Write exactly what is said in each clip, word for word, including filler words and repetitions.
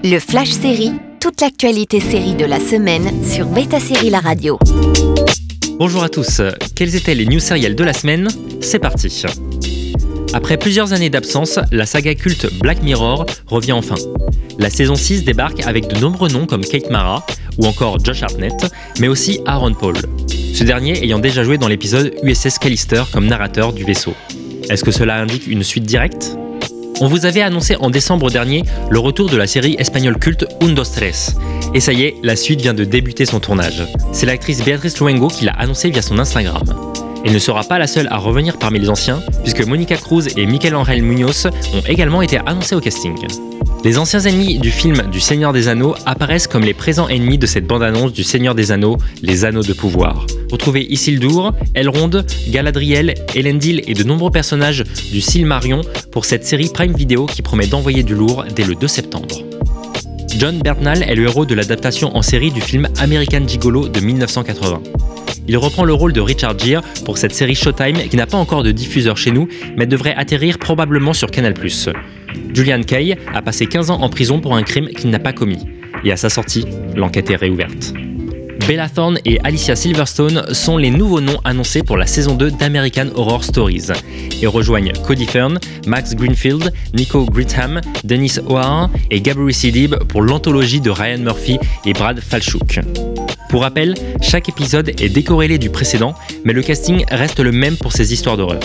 Le Flash Série, toute l'actualité série de la semaine sur Beta Série La Radio. Bonjour à tous, quels étaient les news sérielles de la semaine ? C'est parti. Après plusieurs années d'absence, la saga culte Black Mirror revient enfin. La saison six débarque avec de nombreux noms comme Kate Mara ou encore Josh Hartnett, mais aussi Aaron Paul. Ce dernier ayant déjà joué dans l'épisode U S S Callister comme narrateur du vaisseau. Est-ce que cela indique une suite directe ? On vous avait annoncé en décembre dernier le retour de la série espagnole culte Un, dos, tres. Et ça y est, la suite vient de débuter son tournage. C'est l'actrice Beatriz Luengo qui l'a annoncé via son Instagram. Elle ne sera pas la seule à revenir parmi les anciens, puisque Monica Cruz et Miguel Ángel Muñoz ont également été annoncés au casting. Les anciens ennemis du film du Seigneur des Anneaux apparaissent comme les présents ennemis de cette bande-annonce du Seigneur des Anneaux, les Anneaux de pouvoir. Retrouvez Isildur, Elrond, Galadriel, Elendil et de nombreux personnages du Silmarillion pour cette série Prime Video qui promet d'envoyer du lourd dès le deux septembre. John Bertnall est le héros de l'adaptation en série du film American Gigolo de dix-neuf cent quatre-vingts. Il reprend le rôle de Richard Gere pour cette série Showtime qui n'a pas encore de diffuseur chez nous, mais devrait atterrir probablement sur Canal plus. Julian Kay a passé quinze ans en prison pour un crime qu'il n'a pas commis. Et à sa sortie, l'enquête est réouverte. Bella Thorne et Alicia Silverstone sont les nouveaux noms annoncés pour la saison deux d'American Horror Stories et rejoignent Cody Fern, Max Greenfield, Nico Gritham, Dennis O'Hare et Gabourey Sidibe pour l'anthologie de Ryan Murphy et Brad Falchuk. Pour rappel, chaque épisode est décorrélé du précédent, mais le casting reste le même pour ces histoires d'horreur.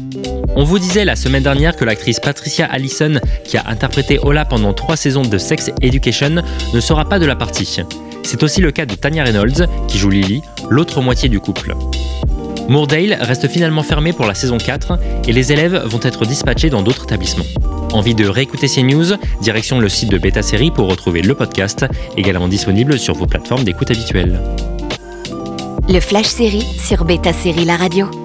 On vous disait la semaine dernière que l'actrice Patricia Allison, qui a interprété Ola pendant trois saisons de Sex Education, ne sera pas de la partie. C'est aussi le cas de Tanya Reynolds, qui joue Lily, l'autre moitié du couple. Moordale reste finalement fermé pour la saison quatre et les élèves vont être dispatchés dans d'autres établissements. Envie de réécouter ces news ? Direction le site de Beta Série pour retrouver le podcast, également disponible sur vos plateformes d'écoute habituelles. Le Flash Série sur Beta Série La Radio.